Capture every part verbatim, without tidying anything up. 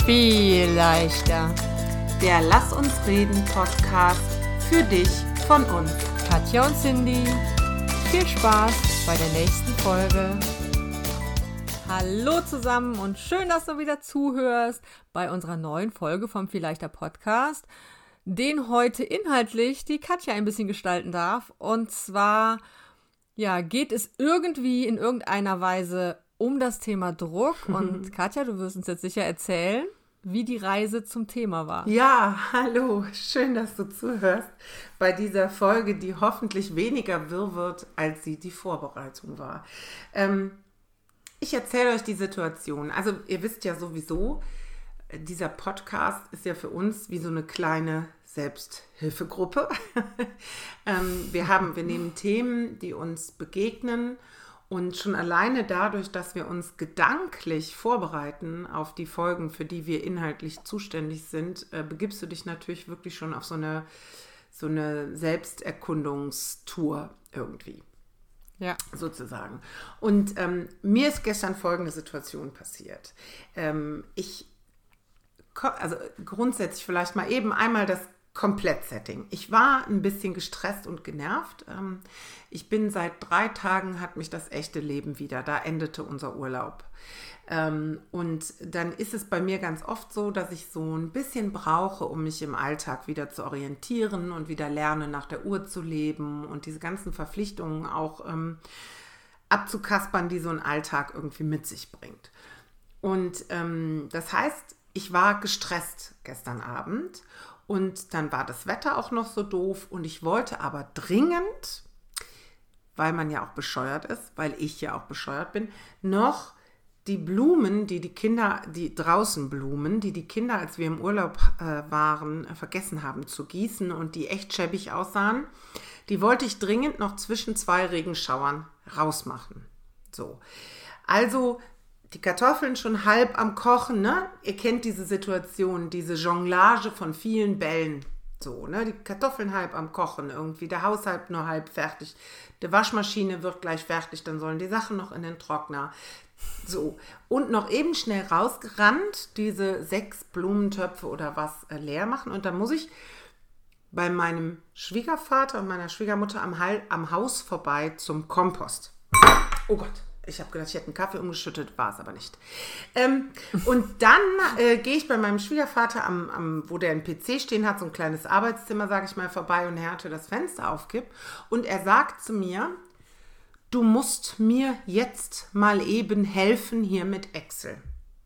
Viel leichter. Der Lass uns reden Podcast für dich von uns. Katja und Cindy. Viel Spaß bei der nächsten Folge. Hallo zusammen und schön, dass du wieder zuhörst bei unserer neuen Folge vom Viel leichter Podcast, den heute inhaltlich die Katja ein bisschen gestalten darf. Und zwar ja, geht es irgendwie in irgendeiner Weise um das Thema Druck. Und Katja, du wirst uns jetzt sicher erzählen, wie die Reise zum Thema war. Ja, hallo, schön, dass du zuhörst bei dieser Folge, die hoffentlich weniger wirr wird, als sie die Vorbereitung war. Ähm, ich erzähle euch die Situation. Also ihr wisst ja sowieso, dieser Podcast ist ja für uns wie so eine kleine Selbsthilfegruppe. ähm, wir haben, wir nehmen Themen, die uns begegnen. Und schon alleine dadurch, dass wir uns gedanklich vorbereiten auf die Folgen, für die wir inhaltlich zuständig sind, äh, begibst du dich natürlich wirklich schon auf so eine, so eine Selbsterkundungstour irgendwie. Ja. Sozusagen. Und ähm, mir ist gestern folgende Situation passiert. Ähm, ich, also grundsätzlich vielleicht mal eben einmal das Komplettsetting. Ich war ein bisschen gestresst und genervt. Ich bin seit drei Tagen, hat mich das echte Leben wieder. Da endete unser Urlaub. Und dann ist es bei mir ganz oft so, dass ich so ein bisschen brauche, um mich im Alltag wieder zu orientieren und wieder lerne, nach der Uhr zu leben und diese ganzen Verpflichtungen auch abzukaspern, die so ein Alltag irgendwie mit sich bringt. Und das heißt, ich war gestresst gestern Abend. Und dann war das Wetter auch noch so doof und ich wollte aber dringend, weil man ja auch bescheuert ist, weil ich ja auch bescheuert bin, noch die Blumen, die die Kinder, die draußen Blumen, die die Kinder, als wir im Urlaub äh, waren, äh, vergessen haben zu gießen und die echt schäbig aussahen, die wollte ich dringend noch zwischen zwei Regenschauern rausmachen. So, also die Kartoffeln schon halb am Kochen, ne? Ihr kennt diese Situation, diese Jonglage von vielen Bällen. So, ne? Die Kartoffeln halb am Kochen irgendwie, der Haushalt nur halb fertig, die Waschmaschine wird gleich fertig, dann sollen die Sachen noch in den Trockner. So, und noch eben schnell rausgerannt, diese sechs Blumentöpfe oder was äh, leer machen. Und dann muss ich bei meinem Schwiegervater und meiner Schwiegermutter am, Hal- am Haus vorbei zum Kompost. Oh Gott. Ich habe gedacht, ich hätte einen Kaffee umgeschüttet, war es aber nicht. Ähm, und dann äh, gehe ich bei meinem Schwiegervater, am, am, wo der einen P C stehen hat, so ein kleines Arbeitszimmer, sage ich mal, vorbei und er hatte das Fenster aufgibt. Und er sagt zu mir, du musst mir jetzt mal eben helfen hier mit Excel.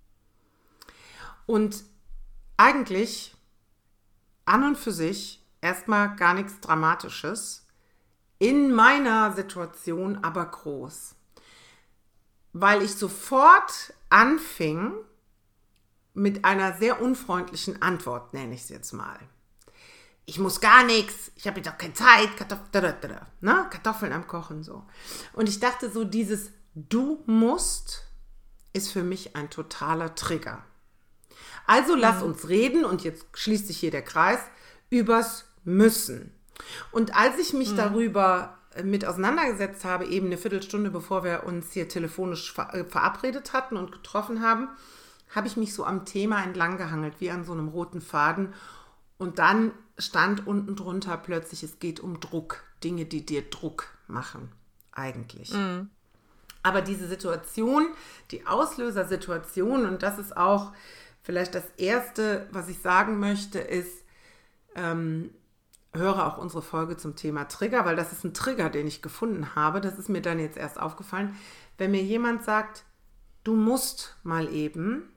Und eigentlich an und für sich erstmal gar nichts Dramatisches, in meiner Situation aber groß. Weil ich sofort anfing mit einer sehr unfreundlichen Antwort, nenne ich es jetzt mal. Ich muss gar nichts, ich habe jetzt auch keine Zeit, Kartoff- ne? Kartoffeln am Kochen so. Und ich dachte so, dieses Du musst ist für mich ein totaler Trigger. Also lass uns reden, und jetzt schließt sich hier der Kreis, übers Müssen. Und als ich mich mhm. darüber mit auseinandergesetzt habe, eben eine Viertelstunde, bevor wir uns hier telefonisch ver- verabredet hatten und getroffen haben, habe ich mich so am Thema entlang gehangelt, wie an so einem roten Faden. Und dann stand unten drunter plötzlich, es geht um Druck, Dinge, die dir Druck machen, eigentlich. Mhm. Aber diese Situation, die Auslösersituation, und das ist auch vielleicht das Erste, was ich sagen möchte, ist, ähm, höre auch unsere Folge zum Thema Trigger, weil das ist ein Trigger, den ich gefunden habe. Das ist mir dann jetzt erst aufgefallen. Wenn mir jemand sagt, du musst mal eben,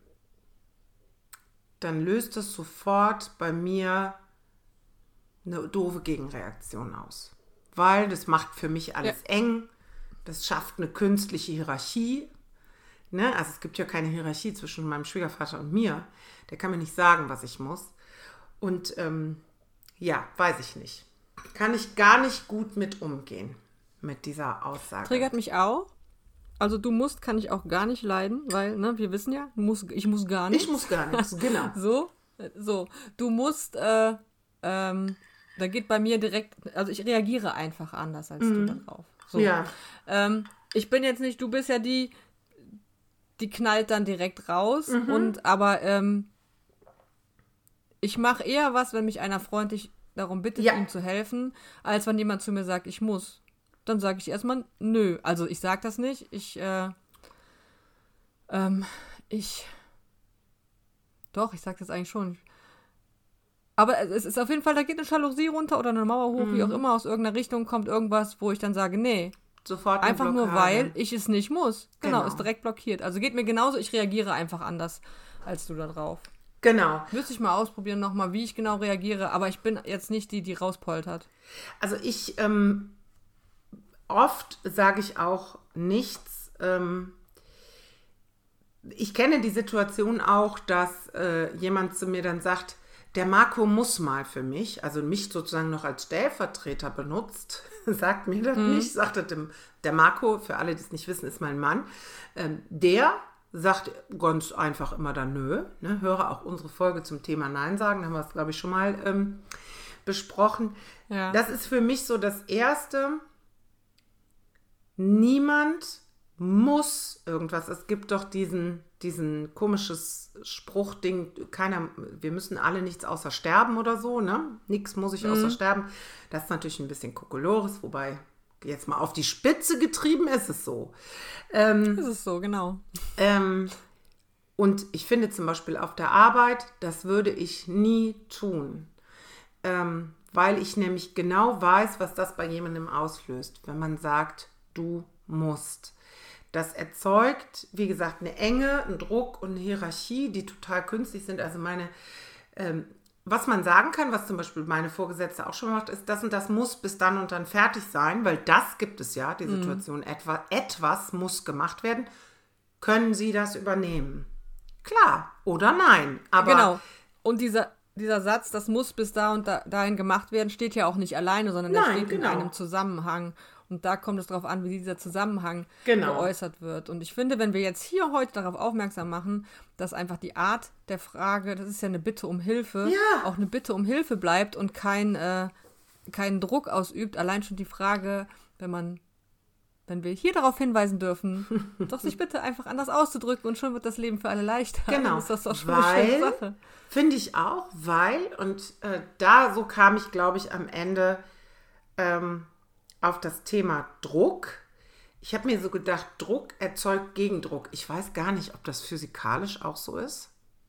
dann löst das sofort bei mir eine doofe Gegenreaktion aus. Weil das macht für mich alles ja. eng. Das schafft eine künstliche Hierarchie. Ne? Also es gibt ja keine Hierarchie zwischen meinem Schwiegervater und mir. Der kann mir nicht sagen, was ich muss. Und ähm, ja, weiß ich nicht. Kann ich gar nicht gut mit umgehen, mit dieser Aussage. Triggert mich auch. Also du musst, kann ich auch gar nicht leiden, weil, ne, wir wissen ja, muss, ich muss gar nichts. Ich muss gar nichts, genau. so, so, du musst, äh, ähm, da geht bei mir direkt, also ich reagiere einfach anders als mhm. du darauf. So. Ja. Ähm, ich bin jetzt nicht, du bist ja die, die knallt dann direkt raus, mhm. und aber ähm, ich mache eher was, wenn mich einer freundlich darum bittet, Ja. ihm zu helfen, als wenn jemand zu mir sagt, ich muss. Dann sage ich erstmal, nö. Also ich sage das nicht. Ich, äh, ähm, ich, doch, ich sage das eigentlich schon. Aber es ist auf jeden Fall, da geht eine Jalousie runter oder eine Mauer hoch, Mhm. wie auch immer, aus irgendeiner Richtung kommt irgendwas, wo ich dann sage, nee. Sofort eine Einfach nur, Blockade. weil ich es nicht muss. Genau, Genau. ist direkt blockiert. Also geht mir genauso, ich reagiere einfach anders als du da drauf. Genau. Müsste ich mal ausprobieren nochmal, wie ich genau reagiere, aber ich bin jetzt nicht die, die rauspoltert. Also ich, ähm, oft sage ich auch nichts. Ähm, ich kenne die Situation auch, dass äh, jemand zu mir dann sagt, der Marco muss mal für mich, also mich sozusagen noch als Stellvertreter benutzt, sagt mir das Mhm. nicht, sagte dem, der Marco, für alle, die es nicht wissen, ist mein Mann, ähm, der sagt ganz einfach immer dann nö, ne? Höre auch unsere Folge zum Thema Nein sagen, da haben wir es, glaube ich, schon mal ähm, besprochen. Ja. Das ist für mich so das Erste, niemand muss irgendwas. Es gibt doch diesen, diesen komisches Spruchding, keiner, wir müssen alle nichts außer sterben oder so, ne? Nichts muss ich außer sterben. Das ist natürlich ein bisschen Kokolores, wobei jetzt mal auf die Spitze getrieben ist es so. Ähm, Das ist so, genau. ähm, und ich finde zum Beispiel auf der Arbeit, das würde ich nie tun. Ähm, weil ich nämlich genau weiß, was das bei jemandem auslöst, wenn man sagt, du musst. Das erzeugt, wie gesagt, eine Enge, einen Druck und eine Hierarchie, die total künstlich sind. Also meine, ähm, was man sagen kann, was zum Beispiel meine Vorgesetzte auch schon macht, ist, das und das muss bis dann und dann fertig sein, weil das gibt es ja, die Situation, etwa, etwas muss gemacht werden. Können Sie das übernehmen? Klar oder nein. Aber Genau. Und dieser, dieser Satz, das muss bis da und da, dahin gemacht werden, steht ja auch nicht alleine, sondern der Nein, steht genau. in einem Zusammenhang. Und da kommt es darauf an, wie dieser Zusammenhang Genau. geäußert wird. Und ich finde, wenn wir jetzt hier heute darauf aufmerksam machen, dass einfach die Art der Frage, das ist ja eine Bitte um Hilfe, Ja. auch eine Bitte um Hilfe bleibt und kein, äh, keinen Druck ausübt. Allein schon die Frage, wenn man, wenn wir hier darauf hinweisen dürfen, doch sich bitte einfach anders auszudrücken und schon wird das Leben für alle leichter. Genau, Dann ist das doch schon eine schöne weil, Sache. finde ich auch, weil, und äh, da, so kam ich, glaube ich, am Ende ähm, auf das Thema Druck. Ich habe mir so gedacht, Druck erzeugt Gegendruck. Ich weiß gar nicht, ob das physikalisch auch so ist.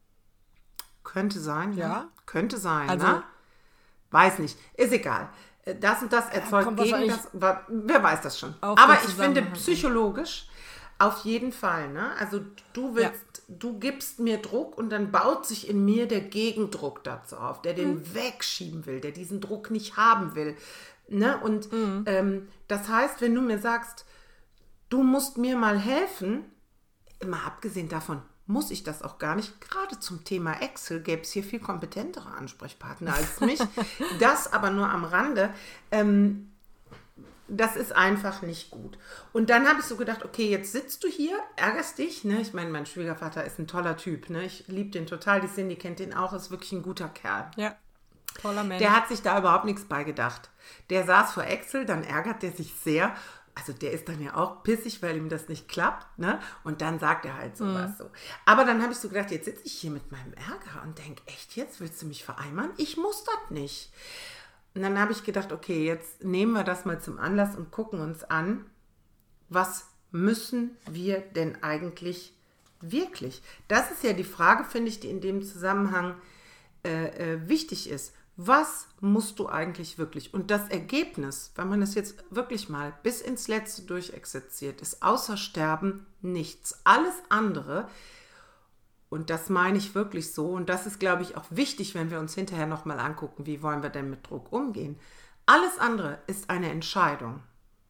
Könnte sein, ja. Ja. Könnte sein, Also- ne? Weiß nicht. Ist egal. Äh, Das und das erzeugt kommt gegen wahrscheinlich das. wa- Wer weiß das schon. auf Aber den ich finde Zusammenhang an. psychologisch auf jeden Fall, ne? Also du willst, du gibst mir Druck und dann baut sich in mir der Gegendruck dazu auf, der den Mhm. wegschieben will, der diesen Druck nicht haben will. Ne? Und Mhm. ähm, das heißt, wenn du mir sagst, du musst mir mal helfen, mal abgesehen davon, muss ich das auch gar nicht. Gerade zum Thema Excel gäbe es hier viel kompetentere Ansprechpartner als mich. Das aber nur am Rande. Ähm, das ist einfach nicht gut. Und dann habe ich so gedacht, okay, jetzt sitzt du hier, ärgerst dich. Ne? Ich meine, mein Schwiegervater ist ein toller Typ. Ne? Ich liebe den total. Die Cindy kennt den auch, ist wirklich ein guter Kerl. Ja, toller Mensch. Der hat sich da überhaupt nichts bei gedacht. Der saß vor Excel, dann ärgert der sich sehr. Also der ist dann ja auch pissig, weil ihm das nicht klappt. Ne? Und dann sagt er halt sowas so. Aber dann habe ich so gedacht, jetzt sitze ich hier mit meinem Ärger und denke, echt jetzt, willst du mich vereimern? Ich muss das nicht. Und dann habe ich gedacht, okay, jetzt nehmen wir das mal zum Anlass und gucken uns an, was müssen wir denn eigentlich wirklich? Das ist ja die Frage, finde ich, die in dem Zusammenhang äh, äh, wichtig ist. Was musst du eigentlich wirklich? Und das Ergebnis, wenn man es jetzt wirklich mal bis ins Letzte durchexerziert, ist außer Sterben nichts. Alles andere, und das meine ich wirklich so, und das ist, glaube ich, auch wichtig, wenn wir uns hinterher nochmal angucken, wie wollen wir denn mit Druck umgehen. Alles andere ist eine Entscheidung.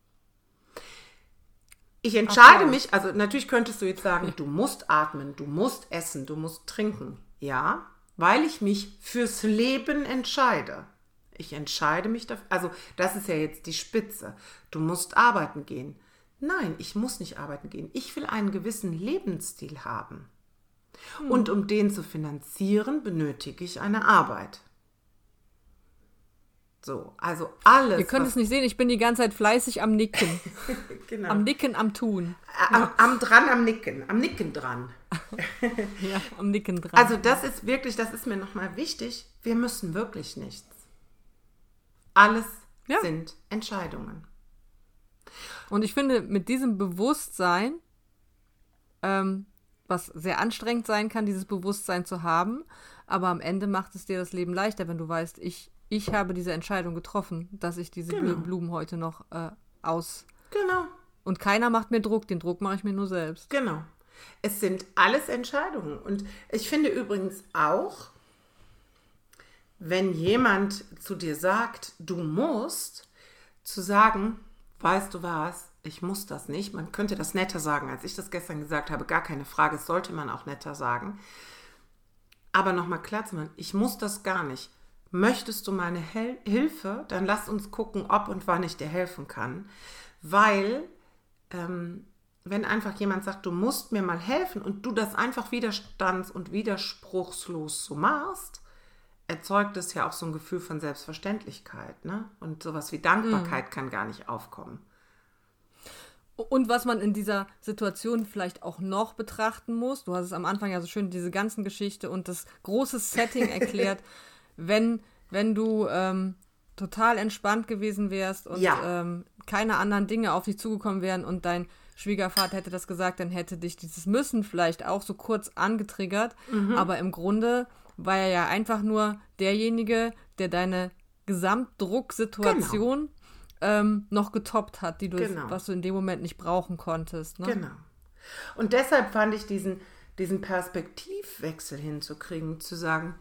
Ich entscheide Applaus. mich, also natürlich könntest du jetzt sagen, du musst atmen, du musst essen, du musst trinken. Ja, weil ich mich fürs Leben entscheide. Ich entscheide mich dafür, also das ist ja jetzt die Spitze. Du musst arbeiten gehen. Nein, ich muss nicht arbeiten gehen. Ich will einen gewissen Lebensstil haben. Und um den zu finanzieren, benötige ich eine Arbeit. So, also alles. Ihr könnt was- es nicht sehen, ich bin die ganze Zeit fleißig am Nicken. genau. Am Nicken, am Tun. am, am dran, am Nicken, am Nicken dran. ja, am Nicken dran. Also das ist wirklich, das ist mir nochmal wichtig, wir müssen wirklich nichts. Alles ja. sind Entscheidungen. Und ich finde, mit diesem Bewusstsein, ähm, was sehr anstrengend sein kann, dieses Bewusstsein zu haben, aber am Ende macht es dir das Leben leichter, wenn du weißt, ich, ich habe diese Entscheidung getroffen, dass ich diese genau. Blumen heute noch äh, aus... Genau. Und keiner macht mir Druck, den Druck mache ich mir nur selbst. Genau. Es sind alles Entscheidungen. Und ich finde übrigens auch, wenn jemand zu dir sagt, du musst, zu sagen, weißt du was, ich muss das nicht. Man könnte das netter sagen, als ich das gestern gesagt habe, gar keine Frage, das sollte man auch netter sagen. Aber nochmal klar zu machen, ich muss das gar nicht. Möchtest du meine Hel- Hilfe, dann lass uns gucken, ob und wann ich dir helfen kann. Weil, ähm, wenn einfach jemand sagt, du musst mir mal helfen und du das einfach widerstands- und widerspruchslos so machst, erzeugt es ja auch so ein Gefühl von Selbstverständlichkeit, ne? Und sowas wie Dankbarkeit mhm. kann gar nicht aufkommen. Und was man in dieser Situation vielleicht auch noch betrachten muss, du hast es am Anfang ja so schön diese ganzen Geschichte und das große Setting erklärt, wenn, wenn du ähm, total entspannt gewesen wärst und ja. ähm, keine anderen Dinge auf dich zugekommen wären und dein Schwiegervater hätte das gesagt, dann hätte dich dieses Müssen vielleicht auch so kurz angetriggert, mhm. aber im Grunde war er ja einfach nur derjenige, der deine Gesamtdrucksituation genau. ähm, noch getoppt hat, die du, genau. was du in dem Moment nicht brauchen konntest. Ne? Genau. Und deshalb fand ich diesen, diesen Perspektivwechsel hinzukriegen, zu sagen,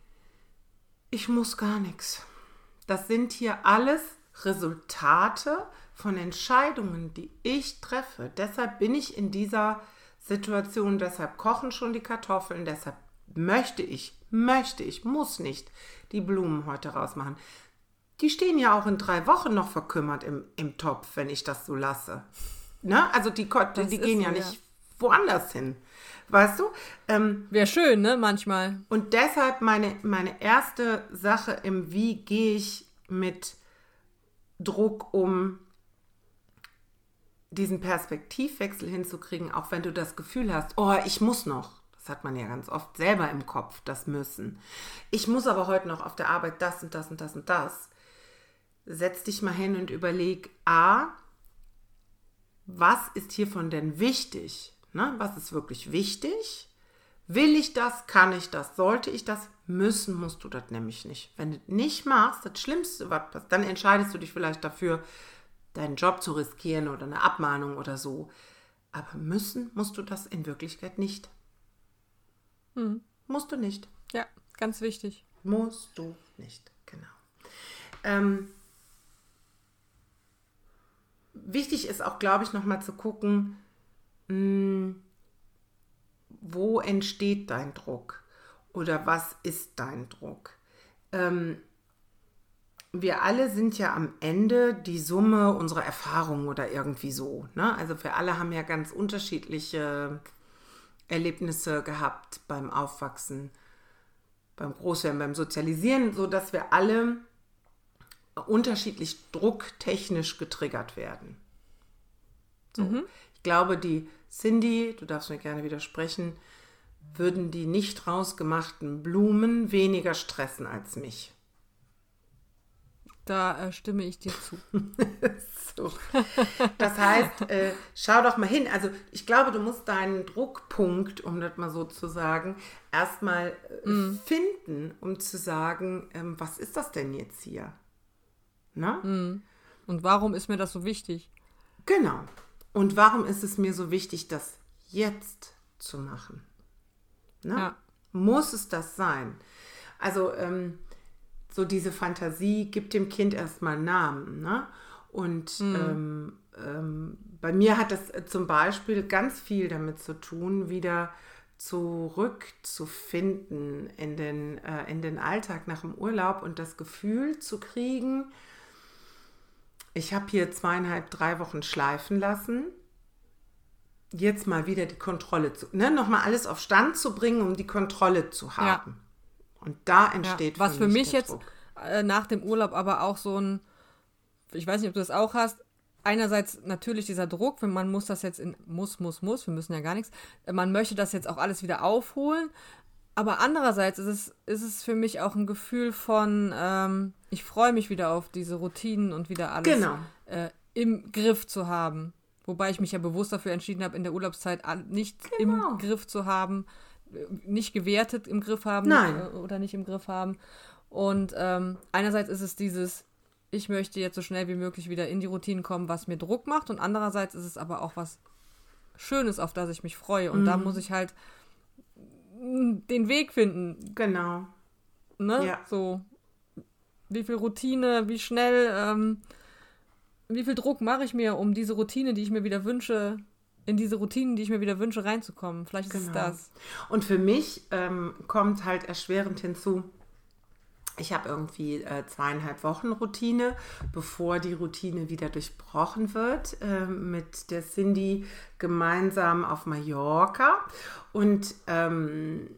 ich muss gar nichts. Das sind hier alles Resultate von Entscheidungen, die ich treffe. Deshalb bin ich in dieser Situation, deshalb kochen schon die Kartoffeln, deshalb möchte ich, möchte ich, muss nicht die Blumen heute rausmachen. Die stehen ja auch in drei Wochen noch verkümmert im, im Topf, wenn ich das so lasse. Ne? Also die, die, die gehen ja so, nicht ja. woanders hin. Weißt du? Ähm, Wäre schön, ne? Manchmal. Und deshalb meine, meine erste Sache im Wie gehe ich mit Druck um, diesen Perspektivwechsel hinzukriegen, auch wenn du das Gefühl hast, oh, ich muss noch. Das hat man ja ganz oft selber im Kopf, das Müssen. Ich muss aber heute noch auf der Arbeit das und das und das und das. Setz dich mal hin und überleg, A, was ist hiervon denn wichtig? Ne? Was ist wirklich wichtig? Will ich das? Kann ich das? Sollte ich das? Müssen musst du das nämlich nicht. Wenn du das nicht machst, das Schlimmste, was passiert, dann entscheidest du dich vielleicht dafür, deinen Job zu riskieren oder eine Abmahnung oder so. Aber müssen musst du das in Wirklichkeit nicht. Hm. Musst du nicht. Ja, ganz wichtig. Musst du nicht, genau. Ähm, wichtig ist auch, glaube ich, nochmal zu gucken, mh, wo entsteht dein Druck oder was ist dein Druck? Ähm, wir alle sind ja am Ende die Summe unserer Erfahrungen oder irgendwie so. Ne? Also wir alle haben ja ganz unterschiedliche Erlebnisse gehabt beim Aufwachsen, beim Großwerden, beim Sozialisieren, sodass wir alle unterschiedlich drucktechnisch getriggert werden. So. Mhm. Ich glaube, die Cindy, du darfst mir gerne widersprechen, würden die nicht rausgemachten Blumen weniger stressen als mich. Da äh, stimme ich dir zu. So. Das heißt, äh, schau doch mal hin. Also ich glaube, du musst deinen Druckpunkt, um das mal so zu sagen, erstmal äh, mm. finden, um zu sagen, ähm, was ist das denn jetzt hier? Na? Mm. Und warum ist mir das so wichtig? Genau. Und warum ist es mir so wichtig, das jetzt zu machen? Na? Ja. Muss es das sein? Also, ähm, so diese Fantasie gibt dem Kind erstmal Namen. Ne? Und mhm. ähm, ähm, bei mir hat das zum Beispiel ganz viel damit zu tun, wieder zurückzufinden in den, äh, in den Alltag nach dem Urlaub und das Gefühl zu kriegen, ich habe hier zweieinhalb, drei Wochen schleifen lassen, jetzt mal wieder die Kontrolle zu, ne, nochmal alles auf Stand zu bringen, um die Kontrolle zu haben. Ja. Und da entsteht ja, was für mich, mich was für mich jetzt äh, nach dem Urlaub aber auch so ein, ich weiß nicht, ob du das auch hast, einerseits natürlich dieser Druck, wenn man muss das jetzt in, muss, muss, muss, wir müssen ja gar nichts, man möchte das jetzt auch alles wieder aufholen, aber andererseits ist es, ist es für mich auch ein Gefühl von, ähm, ich freue mich wieder auf diese Routinen und wieder alles Genau. äh, im Griff zu haben. Wobei ich mich ja bewusst dafür entschieden habe, in der Urlaubszeit nichts Genau. im Griff zu haben, nicht gewertet im Griff haben Nein. oder nicht im Griff haben. Und ähm, einerseits ist es dieses, ich möchte jetzt so schnell wie möglich wieder in die Routinen kommen, was mir Druck macht. Und andererseits ist es aber auch was Schönes, auf das ich mich freue. Und mhm. da muss ich halt den Weg finden. Genau. Ne? Ja. So, wie viel Routine, wie schnell, ähm, wie viel Druck mache ich mir, um diese Routine, die ich mir wieder wünsche, in diese Routinen, die ich mir wieder wünsche, reinzukommen. Vielleicht ist genau. es das. Und für mich ähm, kommt halt erschwerend hinzu, ich habe irgendwie äh, zweieinhalb Wochen Routine, bevor die Routine wieder durchbrochen wird, äh, mit der Cindy gemeinsam auf Mallorca. Und ähm,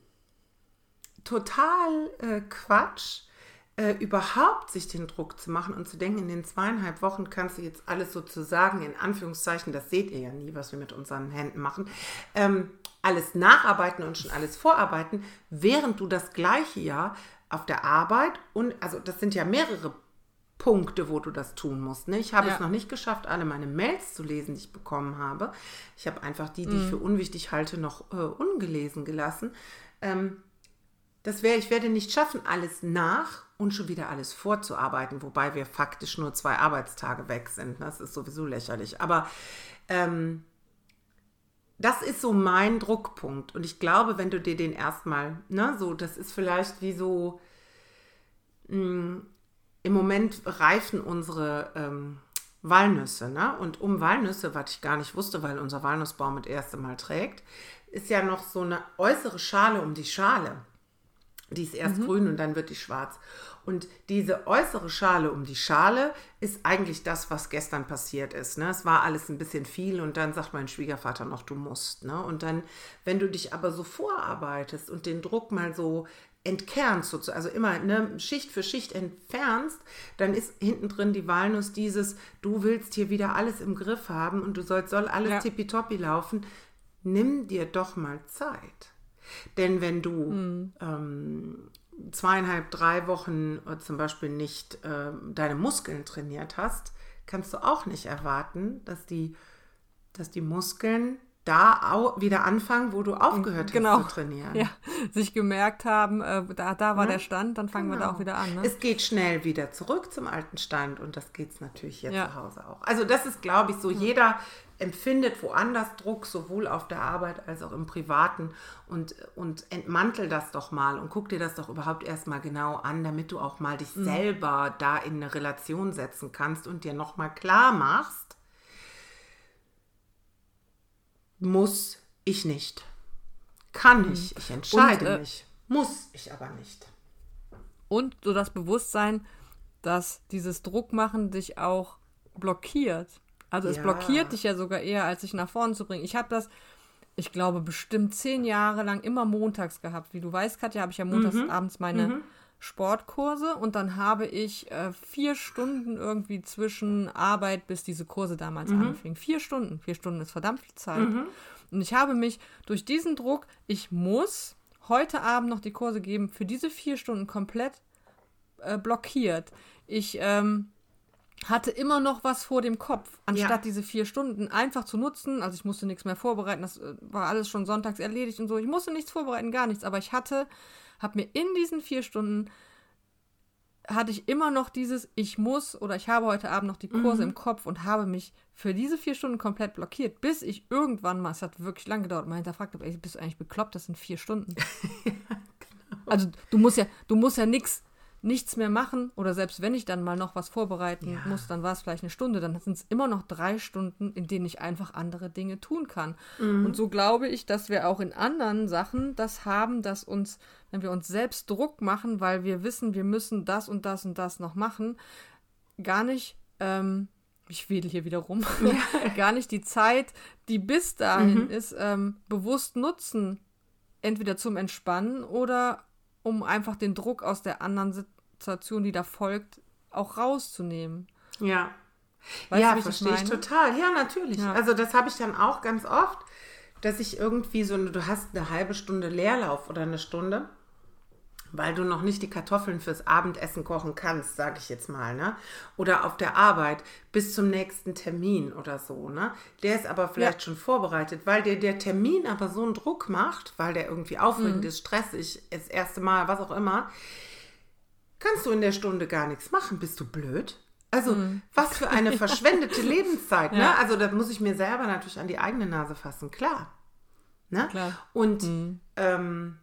total äh, Quatsch, äh, überhaupt sich den Druck zu machen und zu denken, in den zweieinhalb Wochen kannst du jetzt alles sozusagen, in Anführungszeichen, das seht ihr ja nie, was wir mit unseren Händen machen, ähm, alles nacharbeiten und schon alles vorarbeiten, während du das gleiche Jahr auf der Arbeit und, also das sind ja mehrere Punkte, wo du das tun musst. Ne? Ich habe ja. es noch nicht geschafft, alle meine Mails zu lesen, die ich bekommen habe. Ich habe einfach die, die mhm. ich für unwichtig halte, noch äh, ungelesen gelassen. Ähm, das wär, ich werde nicht schaffen, alles nach und schon wieder alles vorzuarbeiten, wobei wir faktisch nur zwei Arbeitstage weg sind. Das ist sowieso lächerlich. Aber ähm, das ist so mein Druckpunkt. Und ich glaube, wenn du dir den erstmal, ne, so, das ist vielleicht wie so, mh, im Moment reifen unsere ähm, Walnüsse, ne? Und um Walnüsse, was ich gar nicht wusste, weil unser Walnussbaum das erste Mal trägt, ist ja noch so eine äußere Schale um die Schale. Die ist erst mhm. grün und dann wird die schwarz. Und diese äußere Schale um die Schale ist eigentlich das, was gestern passiert ist. Ne? Es war alles ein bisschen viel und dann sagt mein Schwiegervater noch, du musst. Ne? Und dann, wenn du dich aber so vorarbeitest und den Druck mal so entkernst, sozusagen, also immer ne, Schicht für Schicht entfernst, dann ist hinten drin die Walnuss dieses, du willst hier wieder alles im Griff haben und du sollst, soll alles ja. tippitoppi laufen. Nimm dir doch mal Zeit. Denn wenn du mhm. ähm, zweieinhalb, drei Wochen äh, zum Beispiel nicht äh, deine Muskeln trainiert hast, kannst du auch nicht erwarten, dass die, dass die Muskeln da au- wieder anfangen, wo du aufgehört genau. hast zu trainieren. Ja, sich gemerkt haben, äh, da, da war ja? der Stand, dann fangen genau. wir da auch wieder an. Ne? Es geht schnell wieder zurück zum alten Stand und das geht es natürlich hier ja. zu Hause auch. Also das ist, glaube ich, so, mhm. jeder empfindet woanders Druck, sowohl auf der Arbeit als auch im Privaten und, und entmantel das doch mal und guck dir das doch überhaupt erstmal genau an, damit du auch mal dich mhm. selber da in eine Relation setzen kannst und dir nochmal klar machst, muss ich nicht. Kann ich. Ich entscheide und, äh, mich. Muss ich aber nicht. Und so das Bewusstsein, dass dieses Druckmachen dich auch blockiert. Also es ja. blockiert dich ja sogar eher, als dich nach vorne zu bringen. Ich habe das, ich glaube, bestimmt zehn Jahre lang immer montags gehabt. Wie du weißt, Katja, habe ich ja montags mhm. abends meine mhm. Sportkurse und dann habe ich äh, vier Stunden irgendwie zwischen Arbeit, bis diese Kurse damals mhm. anfingen. Vier Stunden. Vier Stunden ist verdammt viel Zeit. Mhm. Und ich habe mich durch diesen Druck, ich muss heute Abend noch die Kurse geben, für diese vier Stunden komplett äh, blockiert. Ich ähm, hatte immer noch was vor dem Kopf, anstatt ja. diese vier Stunden einfach zu nutzen. Also ich musste nichts mehr vorbereiten, das äh, war alles schon sonntags erledigt und so. Ich musste nichts vorbereiten, gar nichts. Aber ich hatte, habe mir in diesen vier Stunden, hatte ich immer noch dieses, ich muss oder ich habe heute Abend noch die Kurse mhm. im Kopf und habe mich für diese vier Stunden komplett blockiert, bis ich irgendwann mal, es hat wirklich lange gedauert, mal hinterfragt habe, ey, bist du eigentlich bekloppt, das sind vier Stunden. ja, genau. Also du musst ja, du musst ja nix, nichts mehr machen oder selbst wenn ich dann mal noch was vorbereiten ja. muss, dann war es vielleicht eine Stunde, dann sind es immer noch drei Stunden, in denen ich einfach andere Dinge tun kann. Mhm. Und so glaube ich, dass wir auch in anderen Sachen das haben, dass uns, wenn wir uns selbst Druck machen, weil wir wissen, wir müssen das und das und das noch machen, gar nicht, ähm, ich wedel hier wieder rum, ja. gar nicht die Zeit, die bis dahin mhm. ist, ähm, bewusst nutzen, entweder zum Entspannen oder um einfach den Druck aus der anderen Situation, die da folgt, auch rauszunehmen. Ja. Weißt ja, du, wie verstehe ich meine? total. Ja, natürlich. Ja. Also das habe ich dann auch ganz oft, dass ich irgendwie so, du hast eine halbe Stunde Leerlauf oder eine Stunde, weil du noch nicht die Kartoffeln fürs Abendessen kochen kannst, sage ich jetzt mal, ne? Oder auf der Arbeit bis zum nächsten Termin oder so, ne? Der ist aber vielleicht Ja. schon vorbereitet, weil dir der Termin aber so einen Druck macht, weil der irgendwie aufregend Mhm. ist, stressig, das erste Mal, was auch immer, kannst du in der Stunde gar nichts machen. Bist du blöd? Also, was für eine verschwendete Lebenszeit, ne? Ja. Also, da muss ich mir selber natürlich an die eigene Nase fassen, klar. Ne? Klar. Und ähm,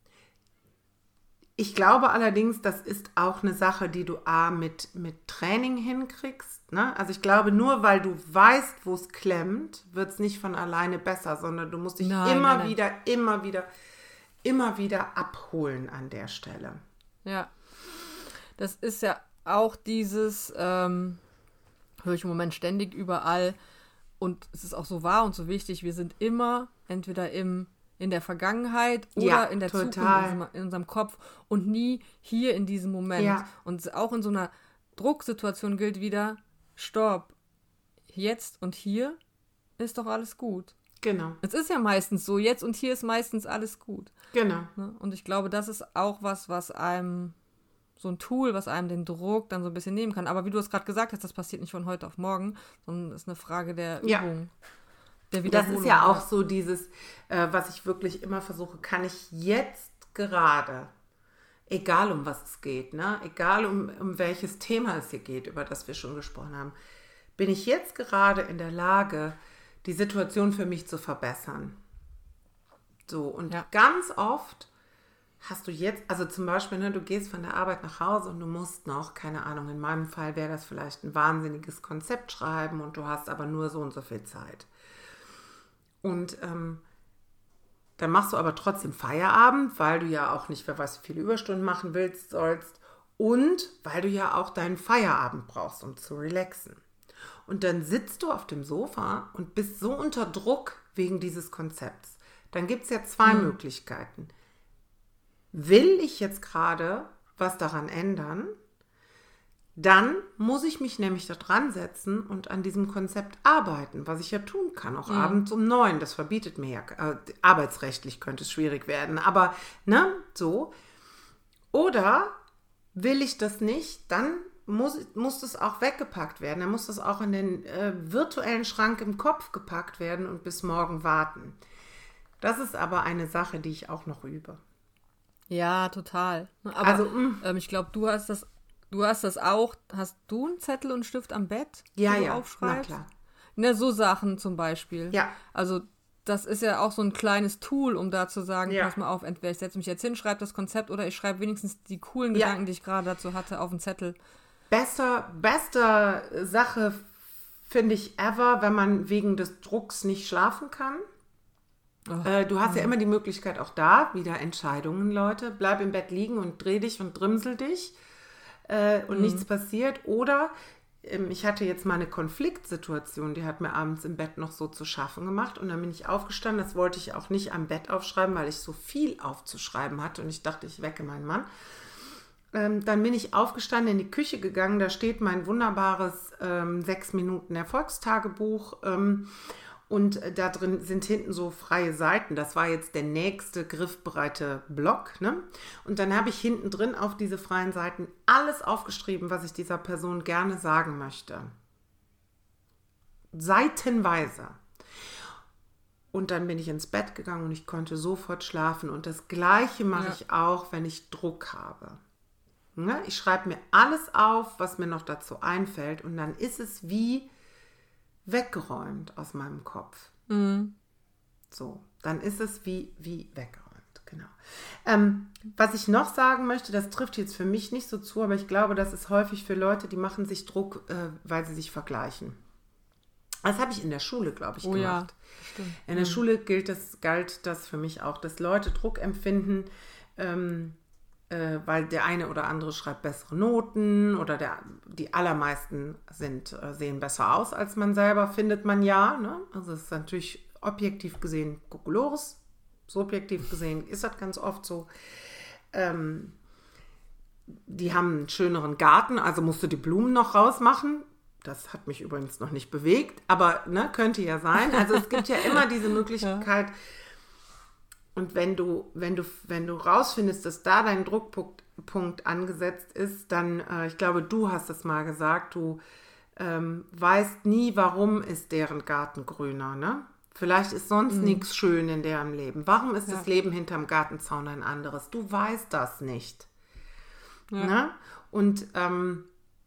ich glaube allerdings, das ist auch eine Sache, die du A, mit, mit Training hinkriegst. Ne? Also ich glaube, nur weil du weißt, wo es klemmt, wird es nicht von alleine besser, sondern du musst dich Nein, immer nein, nein. wieder, immer wieder, immer wieder abholen an der Stelle. Ja. Das ist ja auch dieses, ähm, höre ich im Moment ständig überall, und es ist auch so wahr und so wichtig, wir sind immer entweder im, in der Vergangenheit oder Ja, in der total. Zukunft, in unserem, in unserem Kopf und nie hier in diesem Moment. Ja. Und auch in so einer Drucksituation gilt wieder, stopp, jetzt und hier ist doch alles gut. Genau, Es ist ja meistens so, jetzt und hier ist meistens alles gut. genau. Ne? Und ich glaube, das ist auch was, was einem, so ein Tool, was einem den Druck dann so ein bisschen nehmen kann. Aber wie du es gerade gesagt hast, das passiert nicht von heute auf morgen, sondern es ist eine Frage der Ja. Übung. Der Das Wiederholung. ist ja auch so dieses, äh, was ich wirklich immer versuche, kann ich jetzt gerade, egal um was es geht, ne? Egal um, um welches Thema es hier geht, über das wir schon gesprochen haben, bin ich jetzt gerade in der Lage, die Situation für mich zu verbessern. So, und Ja. ganz oft hast du jetzt, also zum Beispiel, ne, du gehst von der Arbeit nach Hause und du musst noch, keine Ahnung, in meinem Fall wäre das vielleicht ein wahnsinniges Konzept schreiben und du hast aber nur so und so viel Zeit. Und ähm, dann machst du aber trotzdem Feierabend, weil du ja auch nicht, wer weiß, wie viele Überstunden machen willst, sollst. Und weil du ja auch deinen Feierabend brauchst, um zu relaxen. Und dann sitzt du auf dem Sofa und bist so unter Druck wegen dieses Konzepts. Dann gibt es ja zwei Mhm. Möglichkeiten. Will ich jetzt gerade was daran ändern? Dann muss ich mich nämlich da dran setzen und an diesem Konzept arbeiten, was ich ja tun kann, auch abends um neun. Das verbietet mir ja, äh, arbeitsrechtlich könnte es schwierig werden, aber ne, so. Oder will ich das nicht, dann muss, muss das auch weggepackt werden. Dann muss das auch in den äh, virtuellen Schrank im Kopf gepackt werden und bis morgen warten. Das ist aber eine Sache, die ich auch noch übe. Ja, total. Aber Also, mm. ähm, ich glaube, du hast das, du hast das auch. Hast du einen Zettel und Stift am Bett, Ja, wo du ja, aufschreibst? na klar. Ne, so Sachen zum Beispiel. Ja. Also das ist ja auch so ein kleines Tool, um da zu sagen, Ja. pass mal auf, entweder ich setze mich jetzt hin, schreibe das Konzept oder ich schreibe wenigstens die coolen Ja. Gedanken, die ich gerade dazu hatte, auf den Zettel. Bester, bester Sache finde ich ever, wenn man wegen des Drucks nicht schlafen kann. Oh, Äh, du hast ja immer die Möglichkeit, auch da wieder Entscheidungen, Leute. Bleib im Bett liegen und dreh dich und drimsel dich äh, und nichts passiert. Oder ähm, ich hatte jetzt mal eine Konfliktsituation, die hat mir abends im Bett noch so zu schaffen gemacht. Und dann bin ich aufgestanden. Das wollte ich auch nicht am Bett aufschreiben, weil ich so viel aufzuschreiben hatte. Und ich dachte, ich wecke meinen Mann. Ähm, dann bin ich aufgestanden, in die Küche gegangen. Da steht mein wunderbares ähm, sechs Minuten Erfolgstagebuch. Ähm, und äh, da drin sind hinten so freie Seiten. Das war jetzt der nächste griffbereite Block. Ne? Und dann habe ich hinten drin auf diese freien Seiten alles aufgeschrieben, was ich dieser Person gerne sagen möchte. Seitenweise. Und dann bin ich ins Bett gegangen und ich konnte sofort schlafen. Und das Gleiche mache Ja. ich auch, wenn ich Druck habe. Ne? Ich schreibe mir alles auf, was mir noch dazu einfällt. Und dann ist es wie weggeräumt aus meinem Kopf. Mhm. So, dann ist es wie, wie weggeräumt, genau. Ähm, was ich noch sagen möchte, das trifft jetzt für mich nicht so zu, aber ich glaube, das ist häufig für Leute, die machen sich Druck, äh, weil sie sich vergleichen. Das habe ich in der Schule, glaube ich, Oh ja, gemacht. stimmt. In der Schule gilt das, galt das für mich auch, dass Leute Druck empfinden, ähm, äh, weil der eine oder andere schreibt bessere Noten oder der, die allermeisten sind, äh, sehen besser aus als man selber, findet man ja. Ne? Also es ist natürlich objektiv gesehen Kokolores, subjektiv gesehen ist das ganz oft so. Ähm, die haben einen schöneren Garten, also musst du die Blumen noch rausmachen. Das hat mich übrigens noch nicht bewegt, aber ne, könnte ja sein. Also es gibt ja immer diese Möglichkeit. Ja. Und wenn du, wenn du, wenn du rausfindest, dass da dein Druckpunkt Punkt angesetzt ist, dann, äh, ich glaube, du hast es mal gesagt, du ähm, weißt nie, warum ist deren Garten grüner, ne? Vielleicht ist sonst mhm. nichts schön in deren Leben. Warum ist ja. das Leben hinterm Gartenzaun ein anderes? Du weißt das nicht. Ja. Ne? Und ähm,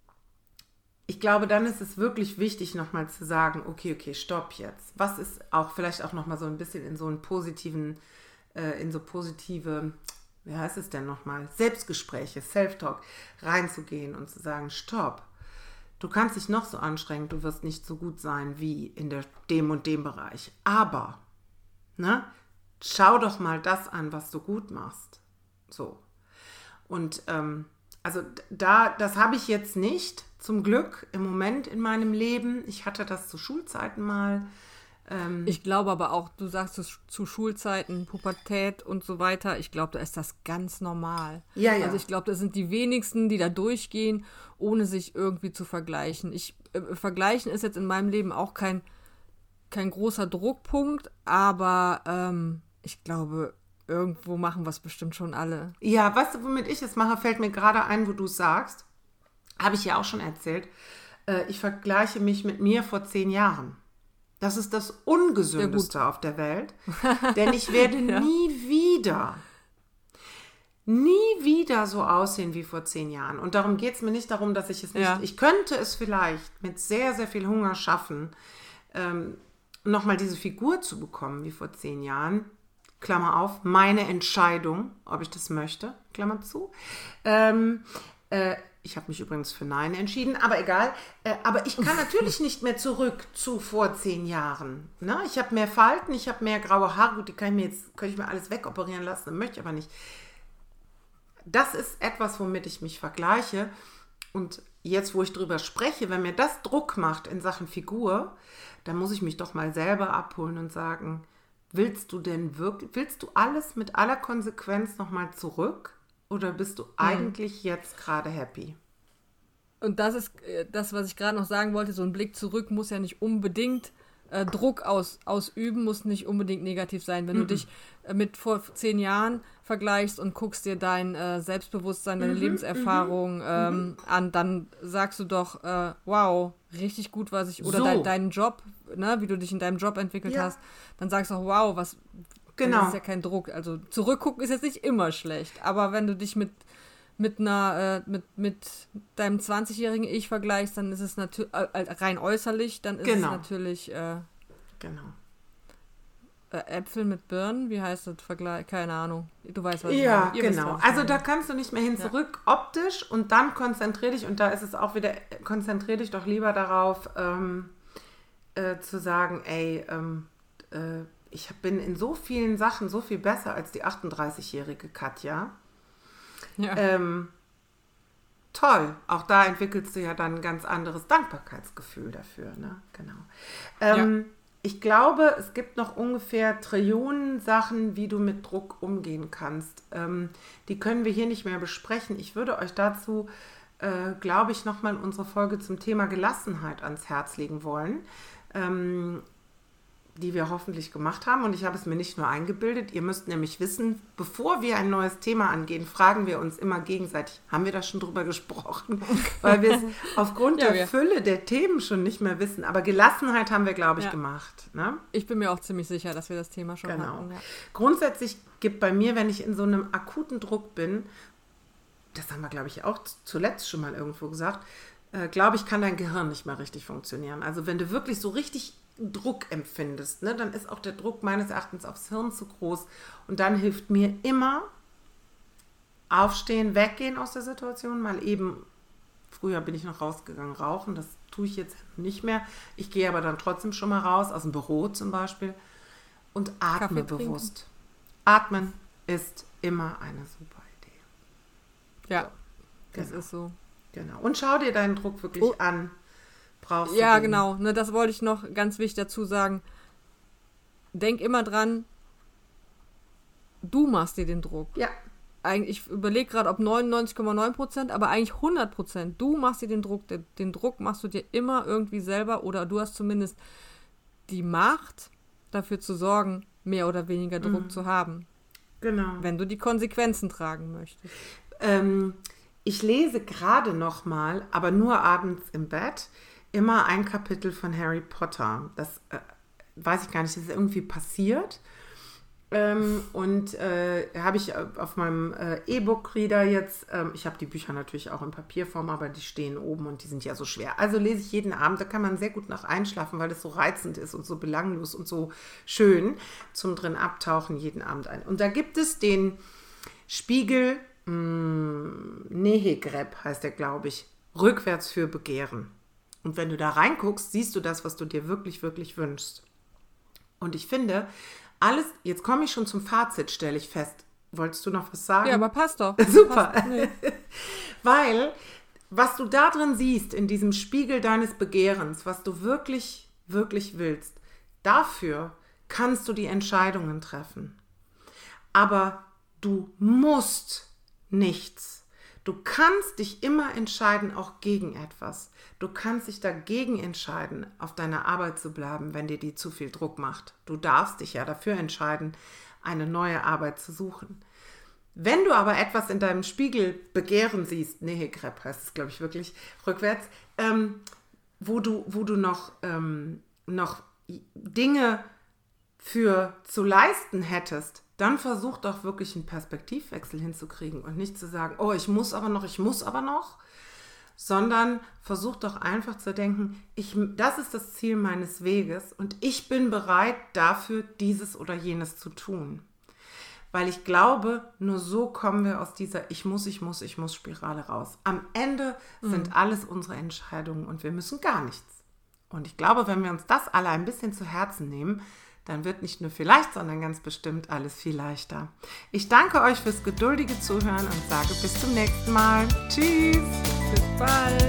ich glaube, dann ist es wirklich wichtig, nochmal zu sagen, okay, okay, stopp jetzt. Was ist auch vielleicht auch nochmal so ein bisschen in so einen positiven, äh, in so positive, wie heißt es denn nochmal, Selbstgespräche, Self-Talk reinzugehen und zu sagen, stopp. Du kannst dich noch so anstrengen, du wirst nicht so gut sein wie in der, dem und dem Bereich. Aber, ne, schau doch mal das an, was du gut machst. So. Und ähm, also da, das habe ich jetzt nicht, zum Glück, im Moment in meinem Leben. Ich hatte das zu Schulzeiten mal. Ähm, ich glaube aber auch, du sagst es zu Schulzeiten, Pubertät und so weiter, ich glaube, da ist das ganz normal. Ja, ja. Also ich glaube, das sind die wenigsten, die da durchgehen, ohne sich irgendwie zu vergleichen. Ich, äh, vergleichen ist jetzt in meinem Leben auch kein, kein großer Druckpunkt, aber ähm, ich glaube, irgendwo machen wir es bestimmt schon alle. Ja, weißt du, womit ich es mache, fällt mir gerade ein, wo du es sagst. Habe ich ja auch schon erzählt. Äh, ich vergleiche mich mit mir vor zehn Jahren. Das ist das Ungesündeste ja, auf der Welt. Denn ich werde ja. nie wieder, nie wieder so aussehen wie vor zehn Jahren. Und darum geht es mir nicht darum, dass ich es nicht, ja. ich könnte es vielleicht mit sehr, sehr viel Hunger schaffen, ähm, nochmal diese Figur zu bekommen wie vor zehn Jahren. Klammer auf, meine Entscheidung, ob ich das möchte, Klammer zu. Ähm, äh, ich habe mich übrigens für Nein entschieden, aber egal. Äh, aber ich kann natürlich nicht mehr zurück zu vor zehn Jahren. Ne? Ich habe mehr Falten, ich habe mehr graue Haare. Gut, die kann ich mir jetzt, könnte ich mir alles wegoperieren lassen, möchte ich aber nicht. Das ist etwas, womit ich mich vergleiche. Und jetzt, wo ich drüber spreche, wenn mir das Druck macht in Sachen Figur, dann muss ich mich doch mal selber abholen und sagen, willst du denn wirklich, willst du alles mit aller Konsequenz nochmal zurück? Oder bist du eigentlich hm. jetzt gerade happy? Und das ist das, was ich gerade noch sagen wollte, so ein Blick zurück muss ja nicht unbedingt äh, Druck aus, ausüben, muss nicht unbedingt negativ sein. Wenn mhm. du dich äh, mit vor zehn Jahren vergleichst und guckst dir dein äh, Selbstbewusstsein, deine mhm. Lebenserfahrung mhm. Ähm, an, dann sagst du doch, äh, wow, richtig gut, was ich, oder so. dein, deinen Job, ne, wie du dich in deinem Job entwickelt ja. hast, dann sagst du auch, wow, was... Genau. Das ist ja kein Druck. Also zurückgucken ist jetzt nicht immer schlecht. Aber wenn du dich mit, mit einer, äh, mit, mit deinem zwanzigjährigen Ich vergleichst, dann ist es natürlich, äh, rein äußerlich, dann ist genau. es natürlich, äh, genau. Äh, Äpfel mit Birnen, wie heißt das Vergleich? Keine Ahnung. Du weißt, was ich ja, meine. Ja, genau. Wisst, also da kannst du nicht mehr hin zurück, ja. optisch, und dann konzentrier dich, und da ist es auch wieder, konzentrier dich doch lieber darauf, ähm, äh, zu sagen, ey, ähm, äh, ich bin in so vielen Sachen so viel besser als die achtunddreißigjährige Katja. Ja. Ähm, toll. Auch da entwickelst du ja dann ein ganz anderes Dankbarkeitsgefühl dafür. Ne? Genau. Ähm, ja. Ich glaube, es gibt noch ungefähr Trillionen Sachen, wie du mit Druck umgehen kannst. Ähm, die können wir hier nicht mehr besprechen. Ich würde euch dazu, äh, glaube ich, nochmal unsere Folge zum Thema Gelassenheit ans Herz legen wollen. Ähm, die wir hoffentlich gemacht haben, und ich habe es mir nicht nur eingebildet. Ihr müsst nämlich wissen, bevor wir ein neues Thema angehen, fragen wir uns immer gegenseitig, haben wir da schon drüber gesprochen? Weil wir es aufgrund ja, der ja. Fülle der Themen schon nicht mehr wissen. Aber Gelassenheit haben wir, glaube ich, ja. gemacht. Ne? Ich bin mir auch ziemlich sicher, dass wir das Thema schon genau. hatten. Ja. Grundsätzlich gibt bei mir, wenn ich in so einem akuten Druck bin, das haben wir, glaube ich, auch zuletzt schon mal irgendwo gesagt, äh, glaube ich, kann dein Gehirn nicht mehr richtig funktionieren. Also wenn du wirklich so richtig Druck empfindest, ne, dann ist auch der Druck meines Erachtens aufs Hirn zu groß. Und dann hilft mir immer aufstehen, weggehen aus der Situation, mal eben, früher bin ich noch rausgegangen, rauchen, das tue ich jetzt nicht mehr. Ich gehe aber dann trotzdem schon mal raus, aus dem Büro zum Beispiel, und atme bewusst. Atmen ist immer eine super Idee. Ja, so, das genau. ist so. Genau. Und schau dir deinen Druck wirklich oh. an. Brauchst ja, du genau. Ne, das wollte ich noch ganz wichtig dazu sagen. Denk immer dran, du machst dir den Druck. Ja. eigentlich, ich überlege gerade, ob neunundneunzig Komma neun Prozent, aber eigentlich hundert Prozent. Du machst dir den Druck, den, den Druck machst du dir immer irgendwie selber oder du hast zumindest die Macht, dafür zu sorgen, mehr oder weniger Druck mhm. zu haben. Genau. Wenn du die Konsequenzen tragen möchtest. Ähm, ich lese gerade noch mal, aber nur abends im Bett, immer ein Kapitel von Harry Potter. Das äh, weiß ich gar nicht, das ist irgendwie passiert. Ähm, und äh, habe ich auf meinem äh, E-Book-Reader jetzt, ähm, ich habe die Bücher natürlich auch in Papierform, aber die stehen oben und die sind ja so schwer. Also lese ich jeden Abend, da kann man sehr gut nach einschlafen, weil das so reizend ist und so belanglos und so schön zum drin abtauchen jeden Abend ein. Und da gibt es den Spiegel mh, Nehegreb, heißt der, glaube ich, rückwärts für Begehren. Und wenn du da reinguckst, siehst du das, was du dir wirklich, wirklich wünschst. Und ich finde, alles, jetzt komme ich schon zum Fazit, stelle ich fest. Wolltest du noch was sagen? Ja, aber passt doch. Super. Passt, nee. Weil, was du da drin siehst, in diesem Spiegel deines Begehrens, was du wirklich, wirklich willst, dafür kannst du die Entscheidungen treffen. Aber du musst nichts. Du kannst dich immer entscheiden, auch gegen etwas. Du kannst dich dagegen entscheiden, auf deiner Arbeit zu bleiben, wenn dir die zu viel Druck macht. Du darfst dich ja dafür entscheiden, eine neue Arbeit zu suchen. Wenn du aber etwas in deinem Spiegel Begehren siehst, Nehegreb heißt es, glaube ich, wirklich, rückwärts, ähm, wo du, wo du noch, ähm, noch Dinge für zu leisten hättest, dann versuch doch wirklich einen Perspektivwechsel hinzukriegen und nicht zu sagen, oh, ich muss aber noch, ich muss aber noch, sondern versuch doch einfach zu denken, ich, das ist das Ziel meines Weges und ich bin bereit dafür, dieses oder jenes zu tun. Weil ich glaube, nur so kommen wir aus dieser Ich muss, ich muss, ich muss Spirale raus. Am Ende mhm. sind alles unsere Entscheidungen und wir müssen gar nichts. Und ich glaube, wenn wir uns das alle ein bisschen zu Herzen nehmen, dann wird nicht nur vielleicht, sondern ganz bestimmt alles viel leichter. Ich danke euch fürs geduldige Zuhören und sage bis zum nächsten Mal. Tschüss. Bis bald.